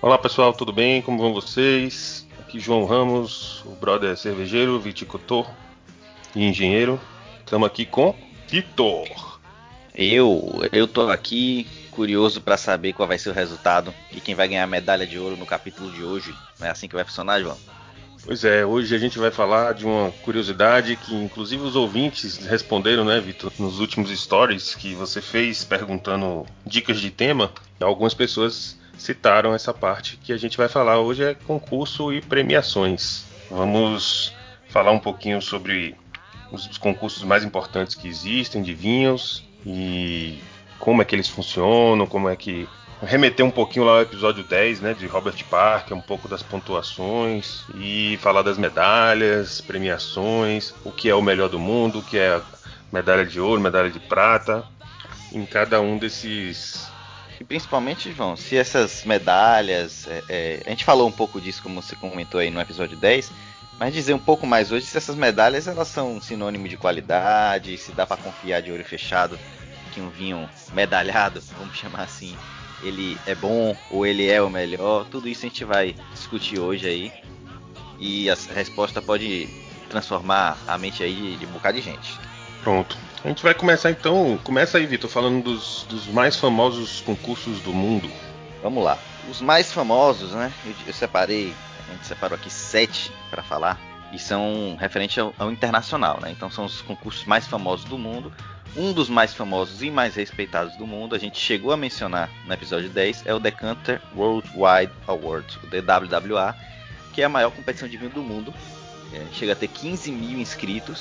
Olá pessoal, tudo bem? Como vão vocês? Aqui João Ramos, o brother cervejeiro, viticultor e engenheiro. Estamos aqui com Vitor. Eu tô aqui curioso pra saber qual vai ser o resultado e quem vai ganhar a medalha de ouro no capítulo de hoje. Não é assim que vai funcionar, João? Pois é, hoje a gente vai falar de uma curiosidade que inclusive os ouvintes responderam, né, Vitor, nos últimos stories que você fez perguntando dicas de tema. Algumas pessoas citaram essa parte que a gente vai falar hoje, é concurso e premiações. Vamos falar um pouquinho sobre os concursos mais importantes que existem de vinhos e como é que eles funcionam, como é que remeter um pouquinho lá ao episódio 10, né, de Robert Parker, um pouco das pontuações e falar das medalhas, premiações, o que é o melhor do mundo, o que é a medalha de ouro, medalha de prata, em cada um desses. E principalmente, João, se essas medalhas. A gente falou um pouco disso, como você comentou aí no episódio 10, mas dizer um pouco mais hoje se essas medalhas elas são sinônimo de qualidade, se dá pra confiar de olho fechado que um vinho medalhado, vamos chamar assim, ele é bom ou ele é o melhor. Tudo isso a gente vai discutir hoje aí. E a resposta pode transformar a mente aí de um bocado de gente. Pronto. A gente vai começar então. Começa aí, Vitor, falando dos mais famosos concursos do mundo. Vamos lá. Os mais famosos, né? Eu separei, a gente separou aqui 7 para falar. E são referentes ao internacional, né? Então são os concursos mais famosos do mundo. Um dos mais famosos e mais respeitados do mundo, a gente chegou a mencionar no episódio 10, é o Decanter Worldwide Awards, o DWWA, que é a maior competição de vinho do mundo. Chega a ter 15 mil inscritos.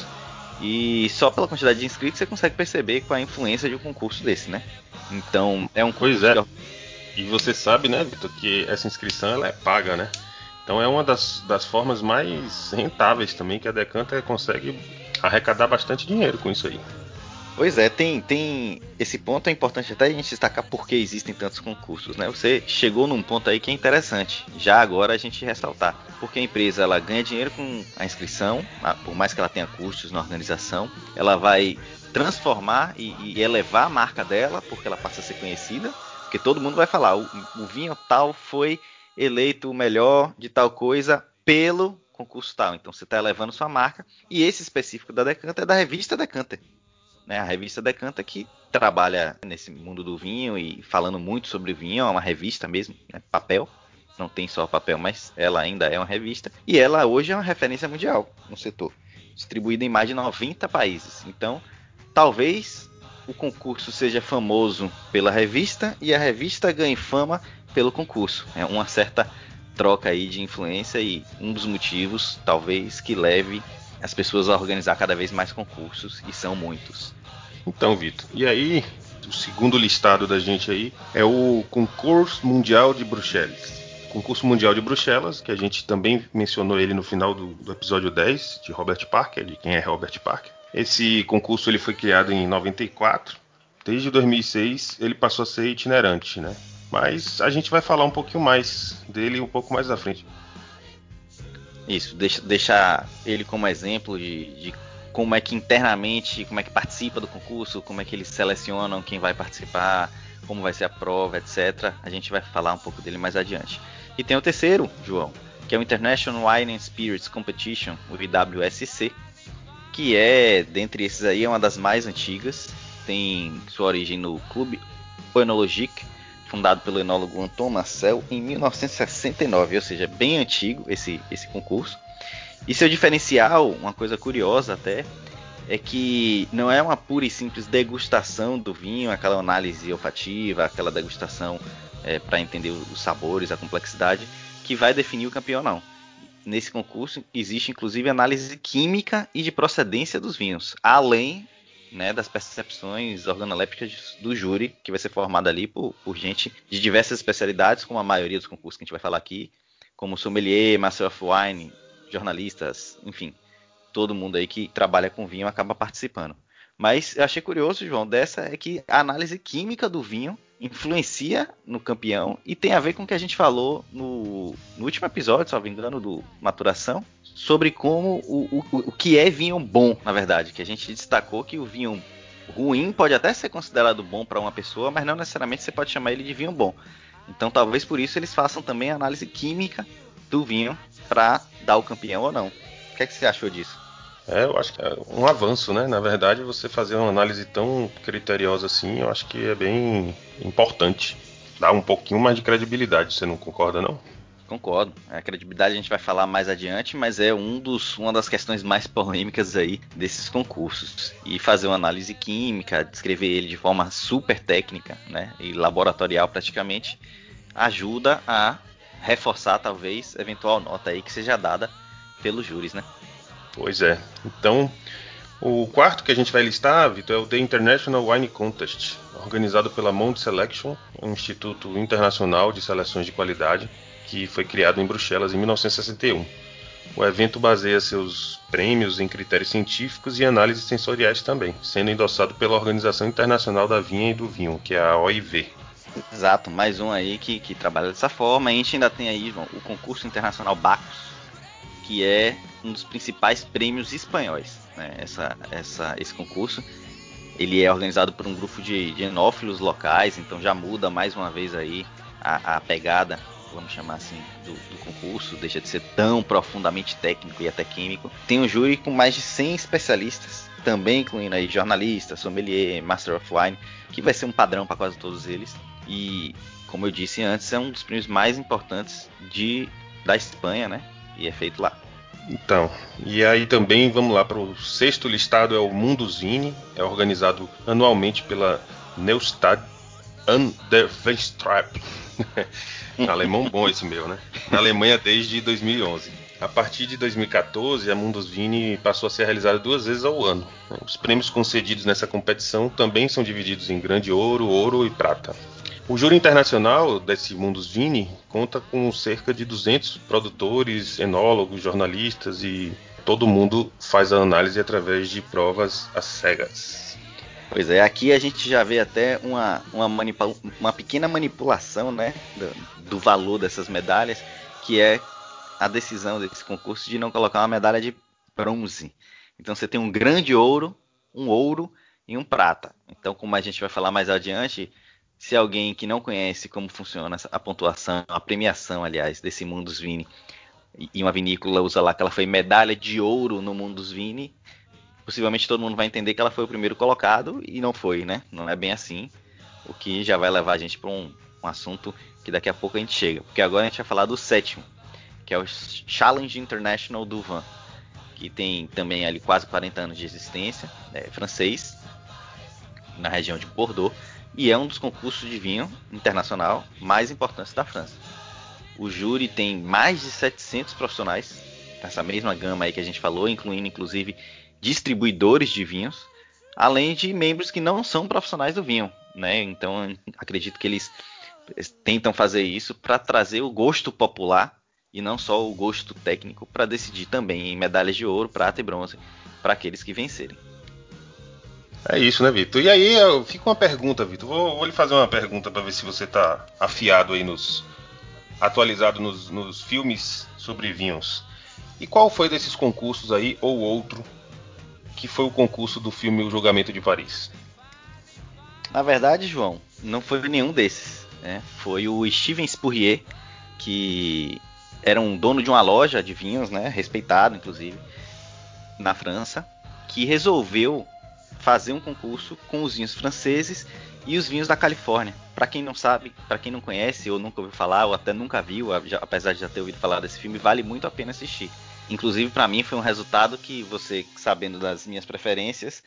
E só pela quantidade de inscritos você consegue perceber qual é a influência de um concurso desse, né? Então, é um Pois concurso é. que... E você sabe, né, Vitor, que essa inscrição ela é paga, né? Então é uma das formas mais rentáveis também que a Decanter consegue arrecadar bastante dinheiro com isso aí. Pois é, tem esse ponto é importante até a gente destacar por que existem tantos concursos, né? Você chegou num ponto aí que é interessante. Já agora a gente ressaltar, porque a empresa ela ganha dinheiro com a inscrição, por mais que ela tenha custos na organização, ela vai transformar e elevar a marca dela, porque ela passa a ser conhecida, porque todo mundo vai falar, o vinho tal foi eleito o melhor de tal coisa pelo concurso tal. Então você está elevando sua marca. E esse específico da Decanter é da revista Decanter, né? A revista Decanta que trabalha nesse mundo do vinho e falando muito sobre o vinho, é uma revista mesmo, né? Papel, não tem só papel, mas ela ainda é uma revista e ela hoje é uma referência mundial no setor, distribuída em mais de 90 países. Então, talvez o concurso seja famoso pela revista e a revista ganhe fama pelo concurso. É uma certa troca aí de influência e um dos motivos, talvez, que leve as pessoas a organizar cada vez mais concursos, e são muitos. Então, Vitor, e aí o segundo listado da gente aí é o Concurso Mundial de Bruxelas. Concurso Mundial de Bruxelas, que a gente também mencionou ele no final do episódio 10 de Robert Parker, de quem é Robert Parker. Esse concurso ele foi criado em 94. Desde 2006 ele passou a ser itinerante, né? Mas a gente vai falar um pouquinho mais dele um pouco mais à frente. Isso, deixar ele como exemplo de como é que internamente, como é que participa do concurso, como é que eles selecionam quem vai participar, como vai ser a prova, etc. A gente vai falar um pouco dele mais adiante. E tem o terceiro, João, que é o International Wine and Spirits Competition, o IWSC, que é, dentre esses aí, é uma das mais antigas. Tem sua origem no Clube Oenologique, fundado pelo enólogo Anton Marcel em 1969, ou seja, bem antigo esse concurso. E seu diferencial, uma coisa curiosa até, é que não é uma pura e simples degustação do vinho, aquela análise olfativa, aquela degustação para entender os sabores, a complexidade, que vai definir o campeão, não. Nesse concurso existe inclusive análise química e de procedência dos vinhos, além, né, das percepções organolépticas do júri, que vai ser formado ali por gente de diversas especialidades, como a maioria dos concursos que a gente vai falar aqui, como sommelier, master of wine, jornalistas, enfim, todo mundo aí que trabalha com vinho acaba participando. Mas eu achei curioso, João, dessa é que a análise química do vinho influencia no campeão e tem a ver com o que a gente falou no último episódio, se não me engano, do Maturação, sobre como o que é vinho bom, na verdade, que a gente destacou que o vinho ruim pode até ser considerado bom para uma pessoa, mas não necessariamente você pode chamar ele de vinho bom. Então talvez por isso eles façam também a análise química do vinho para dar o campeão ou não. O que é que você achou disso? Eu acho que é um avanço, né? Na verdade, você fazer uma análise tão criteriosa assim, eu acho que é bem importante. Dá um pouquinho mais de credibilidade, você não concorda, não? Concordo. A credibilidade a gente vai falar mais adiante, mas é uma das questões mais polêmicas aí desses concursos. E fazer uma análise química, descrever ele de forma super técnica, né, e laboratorial praticamente, ajuda a reforçar talvez eventual nota aí que seja dada pelos júris, né? Pois é. Então, o quarto que a gente vai listar, Vitor, é o The International Wine Contest, organizado pela Monde Selection, um instituto internacional de seleções de qualidade, que foi criado em Bruxelas em 1961. O evento baseia seus prêmios em critérios científicos e análises sensoriais também, sendo endossado pela Organização Internacional da Vinha e do Vinho, que é a OIV. Exato, mais um aí que trabalha dessa forma. A gente ainda tem aí, João, o concurso internacional Bacus, que é um dos principais prêmios espanhóis, né? Esse concurso ele é organizado por um grupo de enófilos locais, então já muda mais uma vez aí a pegada, vamos chamar assim, do concurso, deixa de ser tão profundamente técnico e até químico. Tem um júri com mais de 100 especialistas, também incluindo aí jornalistas, sommelier, master of wine, que vai ser um padrão para quase todos eles. E, como eu disse antes, é um dos prêmios mais importantes da Espanha, né? E é feito lá. Então, e aí também vamos lá para o sexto listado, é o Mundus Vini, é organizado anualmente pela Neustadt an der Weinstraße. Alemão bom esse meu, né? Na Alemanha desde 2011. A partir de 2014, a Mundus Vini passou a ser realizada 2 vezes ao ano. Os prêmios concedidos nessa competição também são divididos em grande ouro, ouro e prata. O júri internacional desse Mundus Vini conta com cerca de 200 produtores, enólogos, jornalistas e todo mundo faz a análise através de provas às cegas. Pois é, aqui a gente já vê até uma pequena manipulação, né, do valor dessas medalhas, que é a decisão desse concurso de não colocar uma medalha de bronze. Então você tem um grande ouro, um ouro e um prata. Então, como a gente vai falar mais adiante, se alguém que não conhece como funciona a pontuação, a premiação, aliás, desse Mundus Vini, e uma vinícola usa lá que ela foi medalha de ouro no Mundus Vini, possivelmente todo mundo vai entender que ela foi o primeiro colocado e não foi, né? Não é bem assim, o que já vai levar a gente para um assunto que daqui a pouco a gente chega. Porque agora a gente vai falar do sétimo, que é o Challenge International do Vin, que tem também ali quase 40 anos de existência, é francês, na região de Bordeaux, e é um dos concursos de vinho internacional mais importantes da França. O júri tem mais de 700 profissionais, dessa mesma gama aí que a gente falou, incluindo inclusive distribuidores de vinhos, além de membros que não são profissionais do vinho, né? Então acredito que eles tentam fazer isso para trazer o gosto popular e não só o gosto técnico para decidir também em medalhas de ouro, prata e bronze para aqueles que vencerem. É isso, né, Vitor? E aí, fica uma pergunta, Vitor. Vou lhe fazer uma pergunta para ver se você tá afiado aí atualizado nos filmes sobre vinhos. E qual foi desses concursos aí, ou outro, que foi o concurso do filme O Julgamento de Paris? Na verdade, João, não foi nenhum desses, né? Foi o Steven Spurrier, que era um dono de uma loja de vinhos, né? Respeitado, inclusive, na França, que resolveu fazer um concurso com os vinhos franceses e os vinhos da Califórnia. Para quem não sabe, para quem não conhece ou nunca ouviu falar ou até nunca viu, apesar de já ter ouvido falar desse filme, vale muito a pena assistir. Inclusive para mim foi um resultado que você, sabendo das minhas preferências,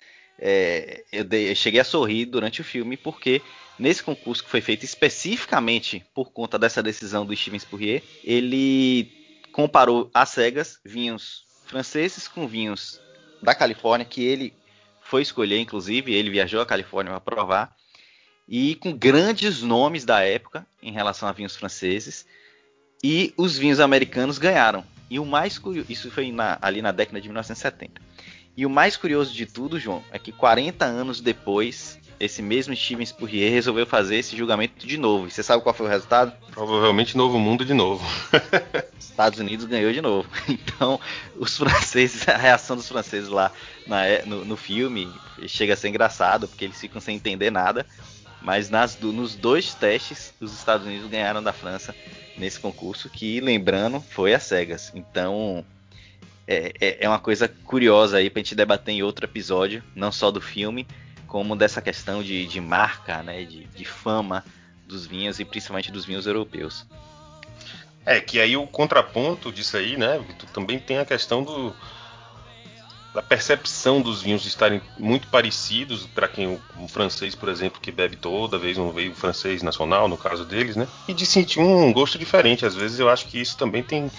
eu cheguei a sorrir durante o filme porque nesse concurso que foi feito especificamente por conta dessa decisão do Steven Spurrier, ele comparou às cegas vinhos franceses com vinhos da Califórnia que ele foi escolher, inclusive, ele viajou à Califórnia para provar, e com grandes nomes da época em relação a vinhos franceses, e os vinhos americanos ganharam. E o mais curioso, isso foi ali na década de 1970. E o mais curioso de tudo, João, é que 40 anos depois, esse mesmo Steven Spurrier resolveu fazer esse julgamento de novo. E você sabe qual foi o resultado? Provavelmente Novo Mundo de novo. Estados Unidos ganhou de novo. Então, os franceses, a reação dos franceses lá no filme chega a ser engraçado, porque eles ficam sem entender nada. Mas nos 2 testes, os Estados Unidos ganharam da França nesse concurso, que, lembrando, foi às cegas. Então, é uma coisa curiosa aí pra gente debater em outro episódio, não só do filme, como dessa questão de marca, né, de fama dos vinhos e principalmente dos vinhos europeus. Que aí o contraponto disso aí, né, Vitor, também tem a questão da percepção dos vinhos de estarem muito parecidos para quem o francês, por exemplo, que bebe toda vez um veio francês nacional, no caso deles, né, e de sentir um gosto diferente. Às vezes eu acho que isso também tem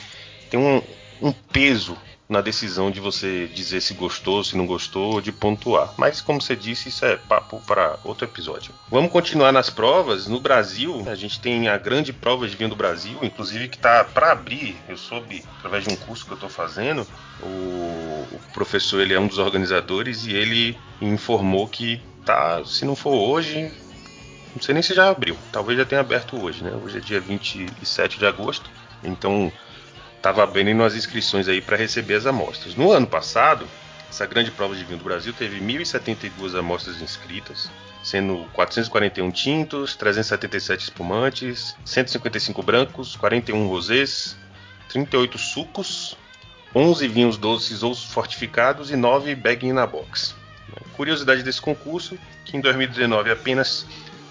um peso na decisão de você dizer se gostou, se não gostou, de pontuar. Mas, como você disse, isso é papo para outro episódio. Vamos continuar nas provas. No Brasil, a gente tem a grande prova de vinho do Brasil, inclusive que está para abrir. Eu soube, através de um curso que eu estou fazendo, o professor, ele é um dos organizadores e ele informou que tá, se não for hoje, não sei nem se já abriu, talvez já tenha aberto hoje, né? Hoje é dia 27 de agosto, então estava abrindo as inscrições aí para receber as amostras. No ano passado, essa grande prova de vinho do Brasil teve 1.072 amostras inscritas, sendo 441 tintos, 377 espumantes, 155 brancos, 41 rosés, 38 sucos, 11 vinhos doces ou fortificados e 9 bag-in-a-box. Curiosidade desse concurso, que em 2019 apenas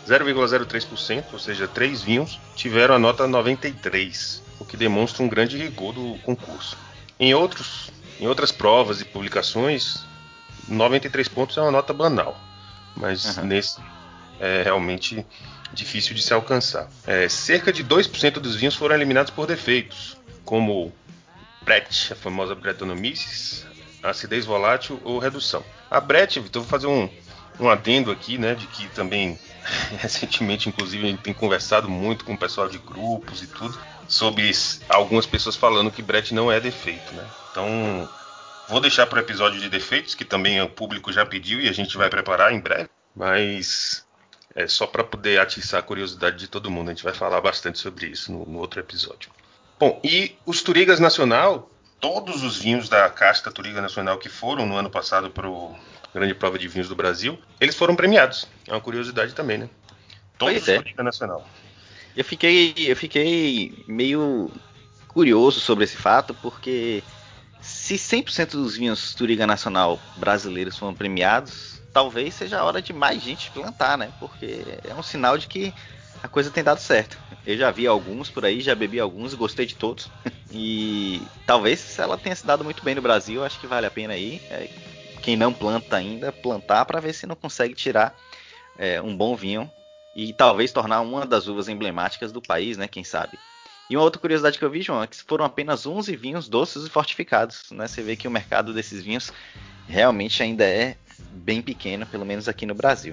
0,03%, ou seja, 3 vinhos, tiveram a nota 93, o que demonstra um grande rigor do concurso. Em outras provas e publicações, 93 pontos é uma nota banal, mas nesse é realmente difícil de se alcançar. Cerca de 2% dos vinhos foram eliminados por defeitos, como Brett, a famosa Brettanomyces, acidez volátil ou redução. A Brett, Vitor, vou fazer um adendo aqui, né, de que também recentemente, inclusive, a gente tem conversado muito com o pessoal de grupos e tudo, sobre algumas pessoas falando que Brett não é defeito, né? Então, vou deixar para o episódio de defeitos, que também o público já pediu e a gente vai preparar em breve, mas é só para poder atiçar a curiosidade de todo mundo. A gente vai falar bastante sobre isso no outro episódio. Bom, e os Turigas Nacional, todos os vinhos da casta Turiga Nacional que foram no ano passado para o Grande Prova de Vinhos do Brasil, eles foram premiados. É uma curiosidade também, né? Todos os Turiga Nacional. Eu fiquei meio curioso sobre esse fato, porque se 100% dos vinhos Turiga Nacional brasileiros foram premiados, talvez seja a hora de mais gente plantar, né? Porque é um sinal de que a coisa tem dado certo. Eu já vi alguns por aí, já bebi alguns, gostei de todos. E talvez se ela tenha se dado muito bem no Brasil, acho que vale a pena aí. Quem não planta ainda, plantar para ver se não consegue tirar um bom vinho e talvez tornar uma das uvas emblemáticas do país, né? Quem sabe. E uma outra curiosidade que eu vi, João, é que foram apenas 11 vinhos doces e fortificados, né? Você vê que o mercado desses vinhos realmente ainda é bem pequeno, pelo menos aqui no Brasil.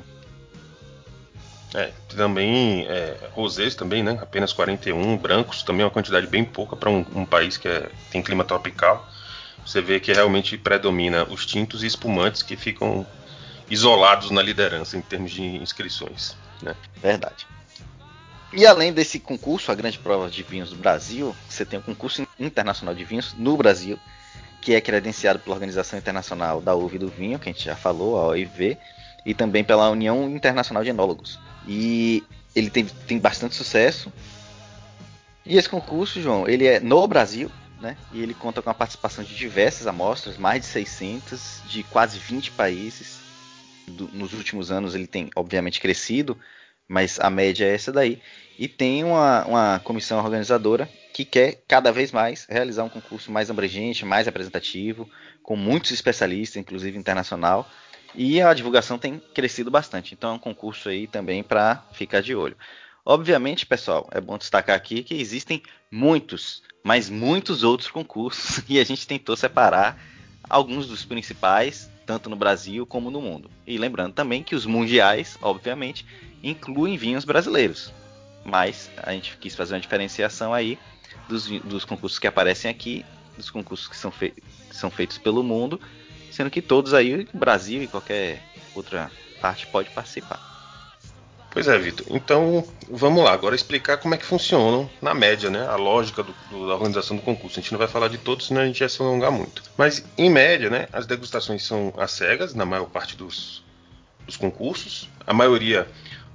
Também rosés também, né? Apenas 41, brancos também é uma quantidade bem pouca para um país que tem clima tropical. Você vê que realmente predomina os tintos e espumantes que ficam isolados na liderança em termos de inscrições, né? Verdade. E além desse concurso, a Grande Prova de Vinhos do Brasil, você tem o concurso internacional de vinhos no Brasil, que é credenciado pela Organização Internacional da Uva e do Vinho, que a gente já falou, a OIV, e também pela União Internacional de Enólogos. E ele tem bastante sucesso. E esse concurso, João, ele é no Brasil, né? E ele conta com a participação de diversas amostras, mais de 600, de quase 20 países. Nos últimos anos ele tem, obviamente, crescido, mas a média é essa daí. E tem uma comissão organizadora que quer cada vez mais realizar um concurso mais abrangente, mais representativo, com muitos especialistas, inclusive internacional, e a divulgação tem crescido bastante. Então é um concurso aí também para ficar de olho. Obviamente, pessoal, é bom destacar aqui que existem muitos, mas muitos outros concursos e a gente tentou separar alguns dos principais, tanto no Brasil como no mundo. E lembrando também que os mundiais, obviamente, incluem vinhos brasileiros. Mas a gente quis fazer uma diferenciação aí dos concursos que aparecem aqui, dos concursos que são feitos pelo mundo, sendo que todos aí, o Brasil e qualquer outra parte pode participar. Pois é, Vitor. Então, vamos lá. Agora explicar como é que funcionam, na média, né, a lógica da organização do concurso. A gente não vai falar de todos, senão a gente ia se alongar muito. Mas, em média, né, as degustações são às cegas, na maior parte dos concursos. A maioria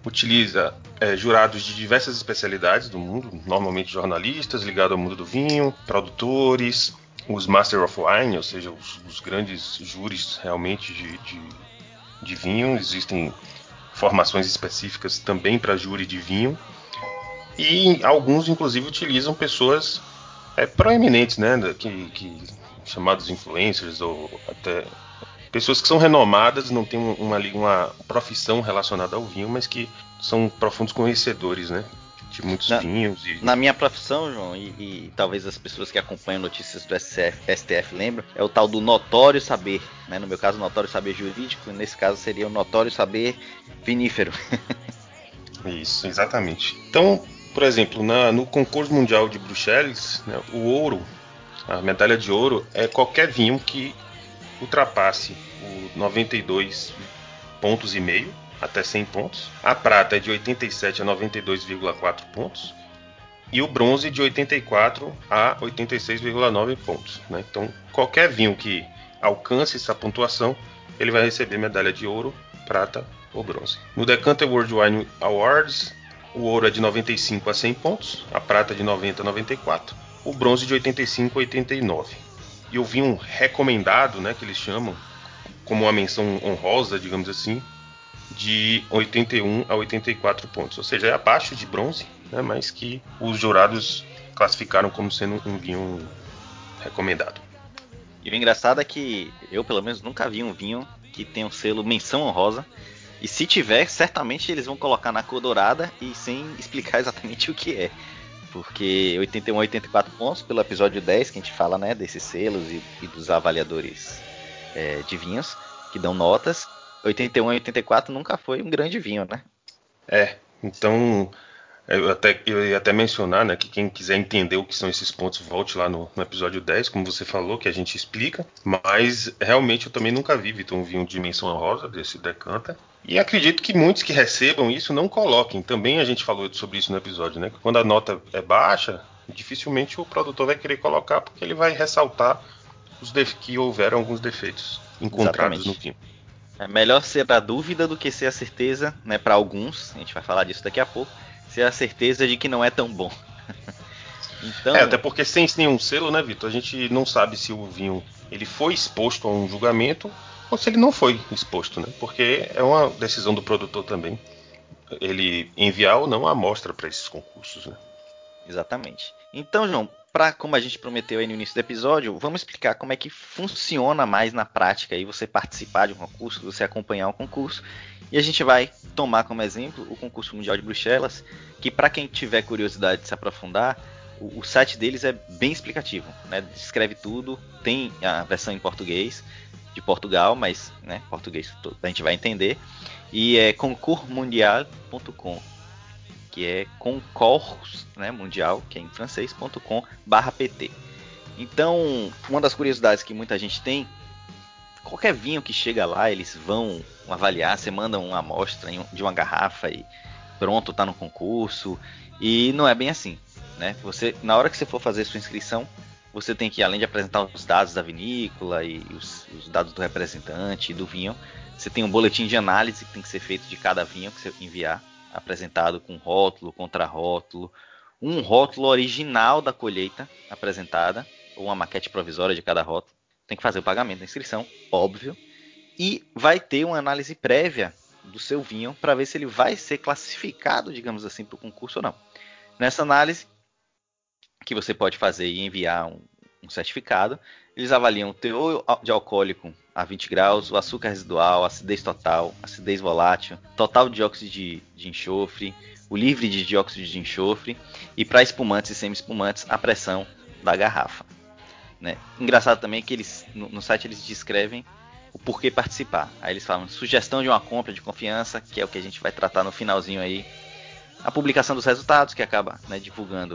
utiliza jurados de diversas especialidades do mundo, normalmente jornalistas ligados ao mundo do vinho, produtores, os Master of Wine, ou seja, os grandes júris realmente de vinho. Existem formações específicas também para júri de vinho. E alguns, inclusive, utilizam pessoas proeminentes, né, chamados influencers, ou até pessoas que são renomadas, não têm uma profissão relacionada ao vinho, mas que são profundos conhecedores, né, de muitos vinhos. Na minha profissão, João, e talvez as pessoas que acompanham notícias do STF lembram, é o tal do notório saber, né? No meu caso, notório saber jurídico, nesse caso seria o notório saber vinífero. Isso, exatamente. Então, por exemplo, no concurso mundial de Bruxelas, né, o ouro, a medalha de ouro, é qualquer vinho que ultrapasse o 92,5 pontos até 100 pontos. A prata é de 87 a 92,4 pontos. E o bronze de 84 a 86,9 pontos. Né? Então, qualquer vinho que alcance essa pontuação, ele vai receber medalha de ouro, prata ou bronze. No Decanter World Wine Awards, o ouro é de 95 a 100 pontos, a prata de 90 a 94, o bronze de 85 a 89. E o vinho recomendado, né, que eles chamam, como uma menção honrosa, digamos assim, de 81 a 84 pontos. Ou seja, é abaixo de bronze, né, mas que os jurados classificaram como sendo um vinho recomendado. E o engraçado é que eu, pelo menos, nunca vi um vinho que tenha um selo menção honrosa. E se tiver, certamente eles vão colocar na cor dourada e sem explicar exatamente o que é. Porque 81 a 84 pontos, pelo episódio 10, que a gente fala, né, desses selos e dos avaliadores de vinhos, que dão notas. 81 a 84 nunca foi um grande vinho, né? Então eu ia até mencionar, né, que quem quiser entender o que são esses pontos, volte lá no episódio 10, como você falou, que a gente explica. Mas realmente eu também nunca vi, Vitor, um vinho de menção honrosa desse Decanter. E acredito que muitos que recebam isso não coloquem. Também a gente falou sobre isso no episódio, né? Que quando a nota é baixa, dificilmente o produtor vai querer colocar, porque ele vai ressaltar que houveram alguns defeitos encontrados no vinho. É melhor ser a dúvida do que ser a certeza, né? Para alguns, a gente vai falar disso daqui a pouco, ser a certeza de que não é tão bom. Então, até porque sem nenhum selo, né, Vitor? A gente não sabe se o vinho ele foi exposto a um julgamento ou se ele não foi exposto, né? Porque é uma decisão do produtor também ele enviar ou não a amostra para esses concursos, né? Exatamente. Então, João, como a gente prometeu aí no início do episódio, vamos explicar como é que funciona mais na prática aí você participar de um concurso, você acompanhar um concurso. E a gente vai tomar como exemplo o concurso mundial de Bruxelas, que para quem tiver curiosidade de se aprofundar, o site deles é bem explicativo, né? Descreve tudo, tem a versão em português de Portugal, mas né, português a gente vai entender. E é concourmundial.com, que é concours, né, mundial, que é em francês.com/pt. Então, uma das curiosidades que muita gente tem, qualquer vinho que chega lá, eles vão avaliar, você manda uma amostra de uma garrafa e pronto, tá no concurso. E não é bem assim, né? Você, na hora que você for fazer sua inscrição, você tem que, além de apresentar os dados da vinícola e os dados do representante e do vinho, você tem um boletim de análise que tem que ser feito de cada vinho que você enviar, apresentado com rótulo, contrarótulo, um rótulo original da colheita apresentada, ou uma maquete provisória de cada rótulo. Tem que fazer o pagamento da inscrição, óbvio, e vai ter uma análise prévia do seu vinho para ver se ele vai ser classificado, digamos assim, para o concurso ou não. Nessa análise, que você pode fazer e enviar um certificado, eles avaliam o teor de alcoólico a 20 graus, o açúcar residual, a acidez total, a acidez volátil, total de dióxido de enxofre, o livre de dióxido de enxofre e para espumantes e semi-espumantes a pressão da garrafa. Né? Engraçado também que eles no site eles descrevem o porquê participar. Aí eles falam sugestão de uma compra de confiança, que é o que a gente vai tratar no finalzinho aí. A publicação dos resultados, que acaba né, divulgando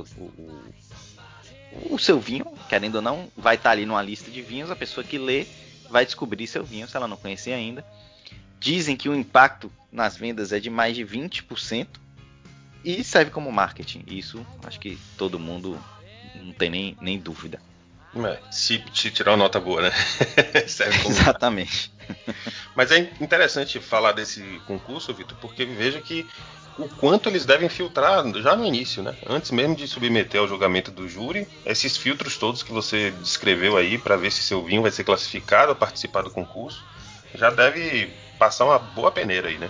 o seu vinho, querendo ou não, vai estar ali numa lista de vinhos. A pessoa que lê vai descobrir seu vinho, se ela não conhecer ainda. Dizem que o impacto nas vendas é de mais de 20% e serve como marketing. Isso acho que todo mundo não tem nem dúvida. Se tirar uma nota boa, né? Serve como... Exatamente. Mas é interessante falar desse concurso, Vitor, porque veja que o quanto eles devem filtrar já no início, né? Antes mesmo de submeter ao julgamento do júri, esses filtros todos que você descreveu aí para ver se seu vinho vai ser classificado a participar do concurso, já deve passar uma boa peneira aí, né?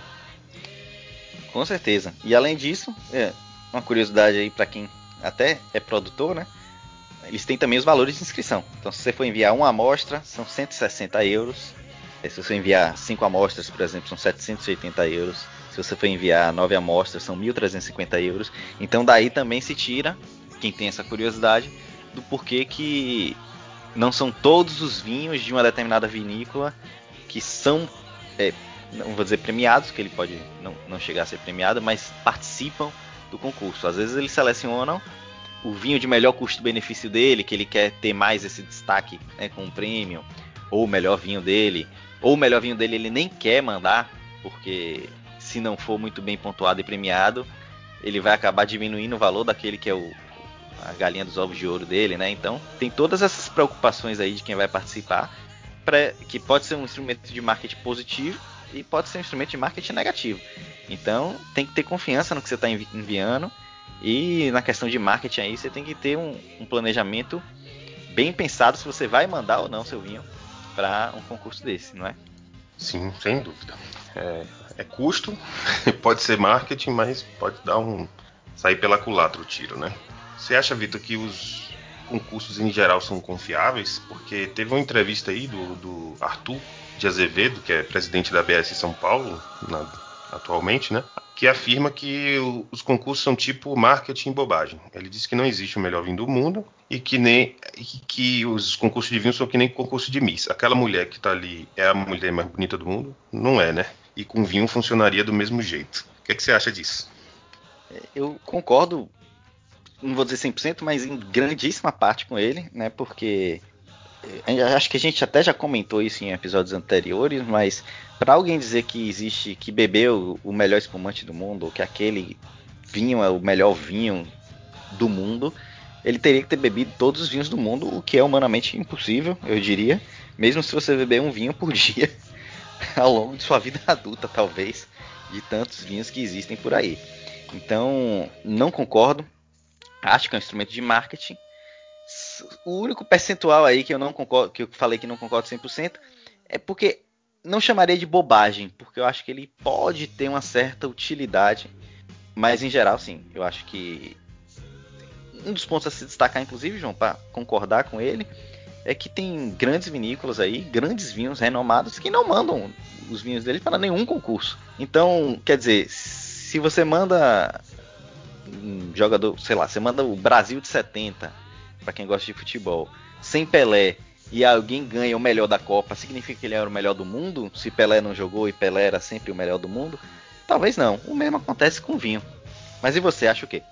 Com certeza. E além disso, uma curiosidade aí para quem até é produtor, né? Eles têm também os valores de inscrição. Então, se você for enviar uma amostra, são 160 euros. Se você enviar 5 amostras, por exemplo, são 780 euros. Se você for enviar 9 amostras, são 1.350 euros. Então, daí também se tira, quem tem essa curiosidade, do porquê que não são todos os vinhos de uma determinada vinícola que são, não vou dizer premiados, que ele pode não chegar a ser premiado, mas participam do concurso. Às vezes eles selecionam o vinho de melhor custo-benefício dele, que ele quer ter mais esse destaque, né, com um prêmio, ou o melhor vinho dele, ou o melhor vinho dele ele nem quer mandar, porque se não for muito bem pontuado e premiado, ele vai acabar diminuindo o valor daquele que é a galinha dos ovos de ouro dele, né? Então tem todas essas preocupações aí de quem vai participar, que pode ser um instrumento de marketing positivo e pode ser um instrumento de marketing negativo. Então tem que ter confiança no que você está enviando. E na questão de marketing aí, você tem que ter um planejamento bem pensado se você vai mandar ou não seu vinho para um concurso desse, não é? Sim, sem dúvida. É custo, pode ser marketing, mas pode dar sair pela culatra o tiro, né? Você acha, Vitor, que os concursos em geral são confiáveis? Porque teve uma entrevista aí do Arthur de Azevedo, que é presidente da BS São Paulo, atualmente, né? Que afirma que os concursos são tipo marketing e bobagem. Ele disse que não existe o melhor vinho do mundo e que os concursos de vinho são que nem concurso de Miss. Aquela mulher que tá ali é a mulher mais bonita do mundo? Não é, né? E com vinho funcionaria do mesmo jeito. O que é que você acha disso? Eu concordo, não vou dizer 100%, mas em grandíssima parte com ele, né? Porque acho que a gente até já comentou isso em episódios anteriores, mas para alguém dizer que existe, que bebeu o melhor espumante do mundo, ou que aquele vinho é o melhor vinho do mundo, ele teria que ter bebido todos os vinhos do mundo, o que é humanamente impossível, eu diria, mesmo se você beber um vinho por dia ao longo de sua vida adulta, talvez, de tantos vinhos que existem por aí. Então, não concordo, acho que é um instrumento de marketing. O único percentual aí que eu não concordo, que eu falei que não concordo 100%, é porque não chamaria de bobagem, porque eu acho que ele pode ter uma certa utilidade, mas em geral sim, eu acho que um dos pontos a se destacar, inclusive, João, para concordar com ele, é que tem grandes vinícolas aí, grandes vinhos renomados que não mandam os vinhos deles para nenhum concurso. Então, quer dizer, se você manda um jogador, sei lá, você manda o Brasil de 70, para quem gosta de futebol, sem Pelé, e alguém ganha o melhor da Copa, significa que ele era o melhor do mundo? Se Pelé não jogou e Pelé era sempre o melhor do mundo? Talvez não. O mesmo acontece com o vinho. Mas e você, acha o quê?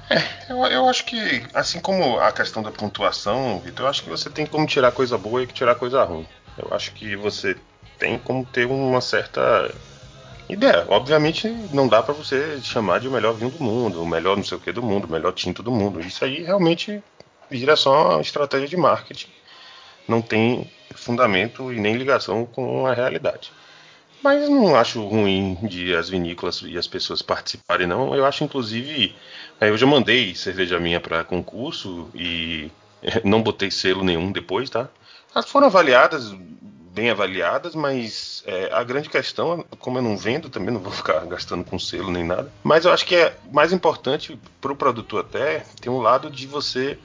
Eu acho que, assim como a questão da pontuação, Vitor, eu acho que você tem como tirar coisa boa e tirar coisa ruim. Eu acho que você tem como ter uma certa ideia. Obviamente não dá pra você chamar de o melhor vinho do mundo, o melhor não sei o que do mundo, o melhor tinto do mundo. Isso aí realmente vira só uma estratégia de marketing. Não tem fundamento e nem ligação com a realidade. Mas não acho ruim de as vinícolas e as pessoas participarem, não. Eu acho, inclusive, eu já mandei cerveja minha para concurso e não botei selo nenhum depois, tá? Elas foram avaliadas, bem avaliadas, mas a grande questão, como eu não vendo, também não vou ficar gastando com selo nem nada. Mas eu acho que é mais importante para o produtor até ter um lado de você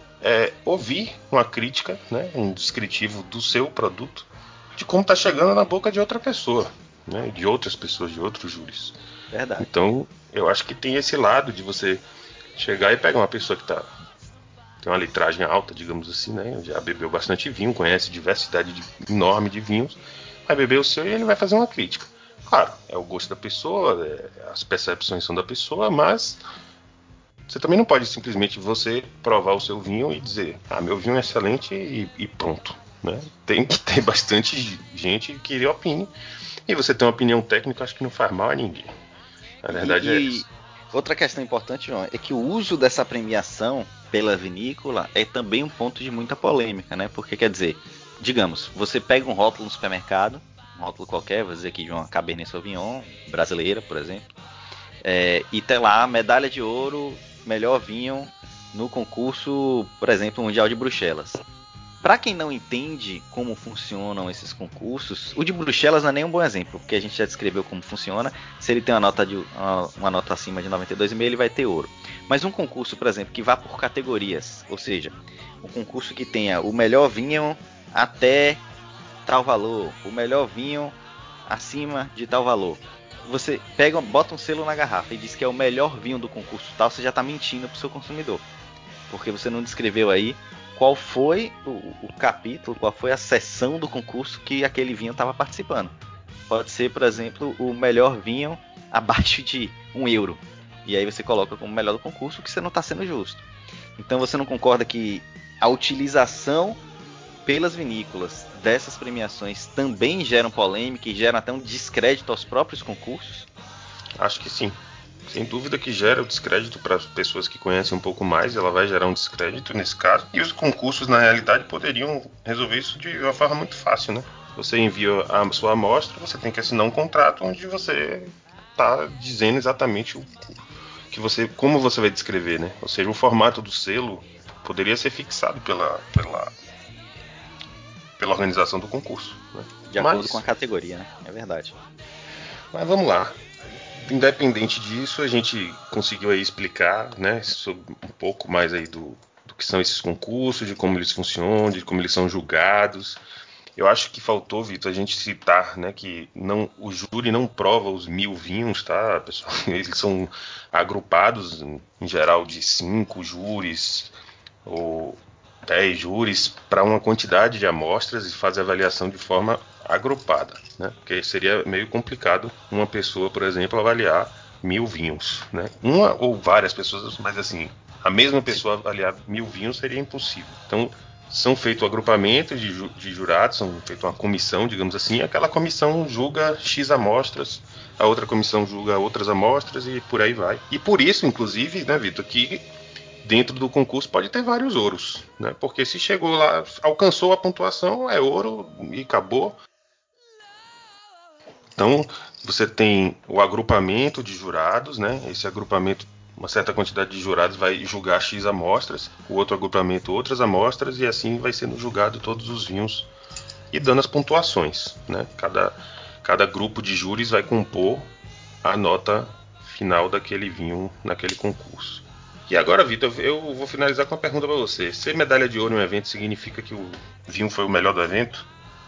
ouvir uma crítica, né, um descritivo do seu produto, de como está chegando na boca de outra pessoa, né, de outras pessoas, de outros júris. Verdade. Então, eu acho que tem esse lado de você chegar e pegar uma pessoa que tem uma litragem alta, digamos assim, né, já bebeu bastante vinho, conhece diversidade enorme de vinhos, vai beber o seu e ele vai fazer uma crítica. Claro, é o gosto da pessoa, as percepções são da pessoa, mas você também não pode simplesmente você provar o seu vinho e dizer, meu vinho é excelente e pronto. Né? Tem que ter bastante gente que opine. E você tem uma opinião técnica, acho que não faz mal a ninguém. A verdade é E essa. Outra questão importante, João, é que o uso dessa premiação pela vinícola é também um ponto de muita polêmica, né? Porque, quer dizer, digamos, você pega um rótulo no supermercado, um rótulo qualquer, vou dizer aqui de uma Cabernet Sauvignon brasileira, por exemplo, e tem lá medalha de ouro, melhor vinho no concurso, por exemplo, Mundial de Bruxelas. Para quem não entende como funcionam esses concursos, o de Bruxelas não é nem um bom exemplo, porque a gente já descreveu como funciona. Se ele tem uma nota acima de 92,5, ele vai ter ouro. Mas um concurso, por exemplo, que vá por categorias, ou seja, um concurso que tenha o melhor vinho até tal valor, o melhor vinho acima de tal valor. Você bota um selo na garrafa e diz que é o melhor vinho do concurso tal, você já está mentindo para o seu consumidor, porque você não descreveu aí qual foi o capítulo, qual foi a seção do concurso que aquele vinho estava participando. Pode ser, por exemplo, o melhor vinho abaixo de €1. E aí você coloca como melhor do concurso, que você não está sendo justo. Então você não concorda que a utilização pelas vinícolas dessas premiações também geram polêmica e geram até um descrédito aos próprios concursos? Acho que sim. Sem dúvida que gera o descrédito para as pessoas que conhecem um pouco mais, ela vai gerar um descrédito nesse caso. E os concursos, na realidade, poderiam resolver isso de uma forma muito fácil, né? Você envia a sua amostra, você tem que assinar um contrato onde você está dizendo exatamente como você vai descrever, né? Ou seja, o formato do selo poderia ser fixado pela organização do concurso, né? De acordo com a categoria, né? É verdade. Mas vamos lá. Independente disso, a gente conseguiu aí explicar, né, sobre um pouco mais aí do que são esses concursos, de como eles funcionam, de como eles são julgados. Eu acho que faltou, Vitor, a gente citar, né, que o júri não prova os 1000 vinhos, tá, pessoal? Eles são agrupados, em geral, de 5 júris ou 10 júris para uma quantidade de amostras e faz a avaliação de forma agrupada, né? Porque seria meio complicado uma pessoa, por exemplo, avaliar 1000 vinhos, né? Uma ou várias pessoas, mas assim, a mesma pessoa avaliar 1000 vinhos seria impossível. Então, são feitos agrupamentos de jurados, são feita uma comissão, digamos assim, e aquela comissão julga X amostras, a outra comissão julga outras amostras e por aí vai. E por isso, inclusive, né, Vitor, que dentro do concurso pode ter vários ouros, né? Porque se chegou lá, alcançou a pontuação, é ouro e acabou. Então, você tem o agrupamento de jurados, né? Esse agrupamento, uma certa quantidade de jurados vai julgar X amostras, o outro agrupamento outras amostras, e assim vai sendo julgado todos os vinhos e dando as pontuações, né? Cada grupo de júris vai compor a nota final daquele vinho naquele concurso. E agora, Vitor, eu vou finalizar com uma pergunta para você. Ser medalha de ouro em um evento significa que o vinho foi o melhor do evento?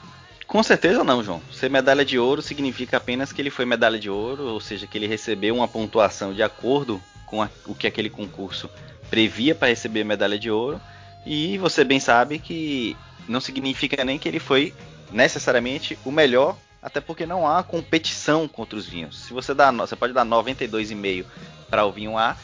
Com certeza não, João. Ser medalha de ouro significa apenas que ele foi medalha de ouro, ou seja, que ele recebeu uma pontuação de acordo com o que aquele concurso previa para receber medalha de ouro. E você bem sabe que não significa nem que ele foi necessariamente o melhor, até porque não há competição contra os vinhos. Se você pode dar 92,5 para o vinho A,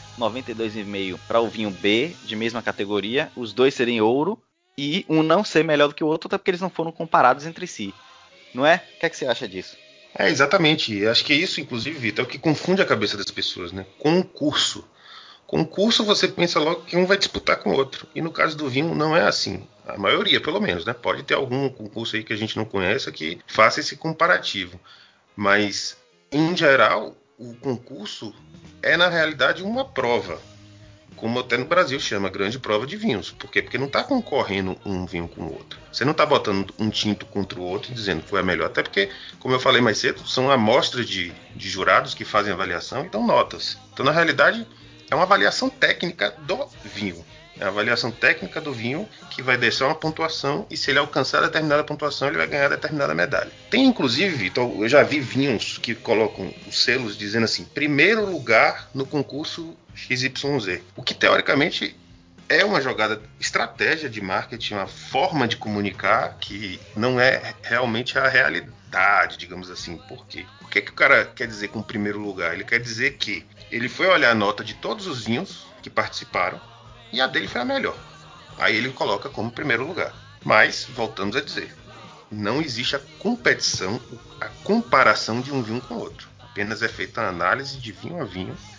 92,5 para o vinho B, de mesma categoria, os dois serem ouro, e um não ser melhor do que o outro, até porque eles não foram comparados entre si. Não é? O que é que você acha disso? É, exatamente. Acho que isso, inclusive, Vitor, é o que confunde a cabeça das pessoas, né? Concurso. Concurso você pensa logo que um vai disputar com o outro. E no caso do vinho não é assim. A maioria, pelo menos, né? Pode ter algum concurso aí que a gente não conheça que faça esse comparativo. Mas, em geral, o concurso é, na realidade, uma prova. Como até no Brasil chama, grande prova de vinhos. Por quê? Porque não está concorrendo um vinho com o outro. Você não está botando um tinto contra o outro e dizendo que foi a melhor. Até porque, como eu falei mais cedo, são amostras de jurados que fazem avaliação e dão notas. Então, na realidade, é uma avaliação técnica do vinho. É a avaliação técnica do vinho que vai deixar uma pontuação e se ele alcançar determinada pontuação, ele vai ganhar determinada medalha. Tem inclusive, Vitor, eu já vi vinhos que colocam os selos dizendo assim, primeiro lugar no concurso XYZ. O que teoricamente é uma jogada, estratégia de marketing, uma forma de comunicar que não é realmente a realidade, digamos assim. Por quê? O que o cara quer dizer com primeiro lugar? Ele quer dizer que ele foi olhar a nota de todos os vinhos que participaram e a dele foi a melhor. Aí ele coloca como primeiro lugar. Mas, voltamos a dizer, não existe a competição, a comparação de um vinho com o outro. Apenas é feita a análise de vinho a vinho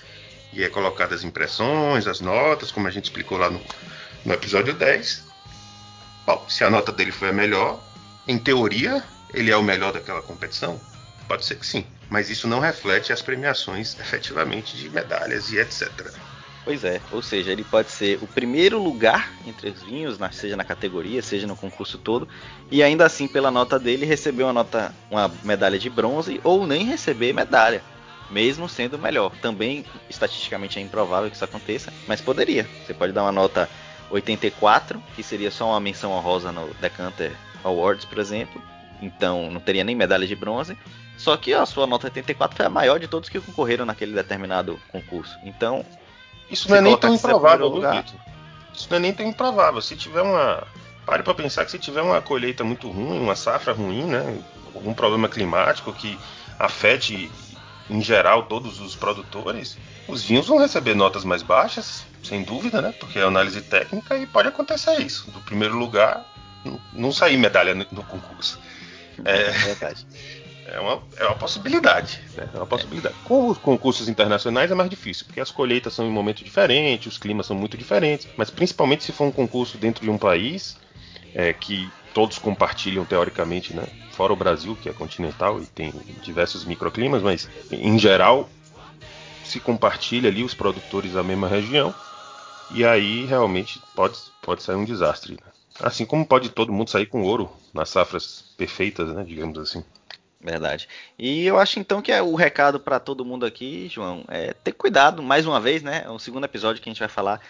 E é colocadas as impressões, as notas, como a gente explicou lá no episódio 10. Bom, se a nota dele foi a melhor, em teoria, ele é o melhor daquela competição? Pode ser que sim, mas isso não reflete as premiações efetivamente de medalhas e etc. Pois é, ou seja, ele pode ser o primeiro lugar entre os vinhos, seja na categoria, seja no concurso todo, e ainda assim, pela nota dele, receber uma medalha de bronze ou nem receber medalha, mesmo sendo o melhor. Também, estatisticamente, é improvável que isso aconteça, mas poderia. Você pode dar uma nota 84, que seria só uma menção honrosa no Decanter Awards, por exemplo, então não teria nem medalha de bronze. Só que a sua nota 84 foi a maior de todos que concorreram naquele determinado concurso. Então, isso não é nem tão improvável, viu, lugar, Vitor? Isso não é nem tão improvável. Se tiver Pare para pensar que se tiver uma colheita muito ruim, uma safra ruim, né? Algum problema climático que afete, em geral, todos os produtores, os vinhos vão receber notas mais baixas, sem dúvida, né? Porque é análise técnica e pode acontecer isso. Do primeiro lugar, não sair medalha no concurso. É verdade. É uma possibilidade, né? É uma possibilidade. Com os concursos internacionais é mais difícil, porque as colheitas são em momentos diferentes, os climas são muito diferentes, mas principalmente se for um concurso dentro de um país que todos compartilham teoricamente, né? Fora o Brasil, que é continental e tem diversos microclimas, mas em geral se compartilha ali os produtores da mesma região, e aí realmente pode sair um desastre, né? Assim como pode todo mundo sair com ouro nas safras perfeitas, né? Digamos assim. Verdade. E eu acho então que o recado para todo mundo aqui, João, é ter cuidado, mais uma vez, né? É o segundo episódio que a gente vai falar.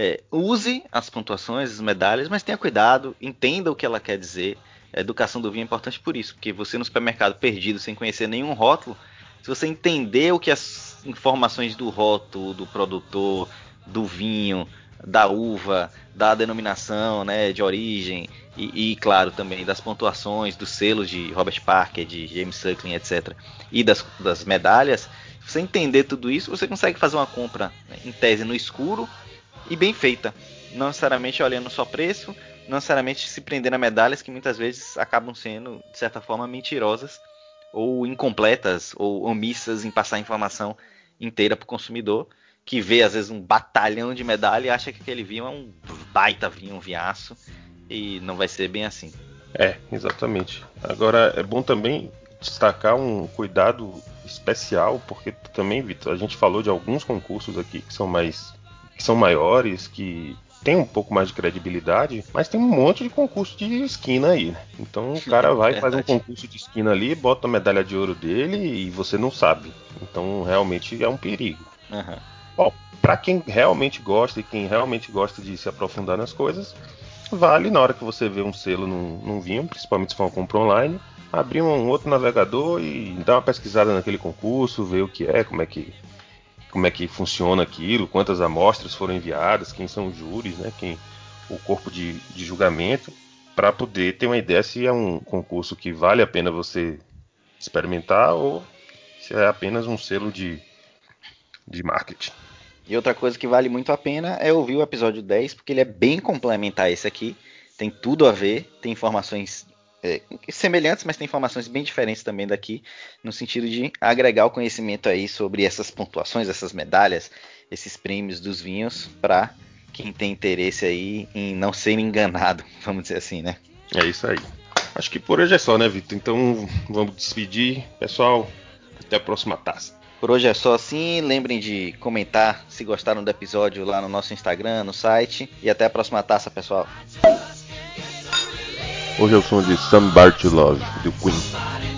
Use as pontuações, as medalhas, mas tenha cuidado, entenda o que ela quer dizer. A educação do vinho é importante por isso, porque você no supermercado perdido, sem conhecer nenhum rótulo, se você entender o que as informações do rótulo, do produtor, do vinho, da uva, da denominação, né, de origem claro, também das pontuações, dos selos de Robert Parker, de James Suckling, etc. E das medalhas, se você entender tudo isso, você consegue fazer uma compra, né, em tese no escuro e bem feita. Não necessariamente olhando só preço, não necessariamente se prendendo a medalhas que muitas vezes acabam sendo, de certa forma, mentirosas ou incompletas ou omissas em passar a informação inteira para o consumidor, que vê às vezes um batalhão de medalha e acha que aquele vinho é um baita vinho, um vinhaço, e não vai ser bem assim. Exatamente. Agora é bom também destacar um cuidado especial, porque também, Vitor, a gente falou de alguns concursos aqui que são maiores, que tem um pouco mais de credibilidade, mas tem um monte de concurso de esquina aí, né? Então o cara vai faz um concurso de esquina ali, bota a medalha de ouro dele e você não sabe. Então realmente é um perigo. Uhum. Bom, para quem realmente gosta e quem realmente gosta de se aprofundar nas coisas, vale na hora que você vê um selo num vinho, principalmente se for uma compra online, abrir um outro navegador e dar uma pesquisada naquele concurso, ver o que é, como é que funciona aquilo, quantas amostras foram enviadas, quem são os júris, né, o corpo de julgamento, para poder ter uma ideia se é um concurso que vale a pena você experimentar ou se é apenas um selo de marketing. E outra coisa que vale muito a pena é ouvir o episódio 10, porque ele é bem complementar a esse aqui. Tem tudo a ver, tem informações semelhantes, mas tem informações bem diferentes também daqui, no sentido de agregar o conhecimento aí sobre essas pontuações, essas medalhas, esses prêmios dos vinhos, para quem tem interesse aí em não ser enganado, vamos dizer assim, né? É isso aí. Acho que por hoje é só, né, Vitor? Então vamos despedir. Pessoal, até a próxima taça. Por hoje é só assim. Lembrem de comentar se gostaram do episódio lá no nosso Instagram, no site. E até a próxima taça, pessoal. Hoje é o som de Somebody to Love, do Queen.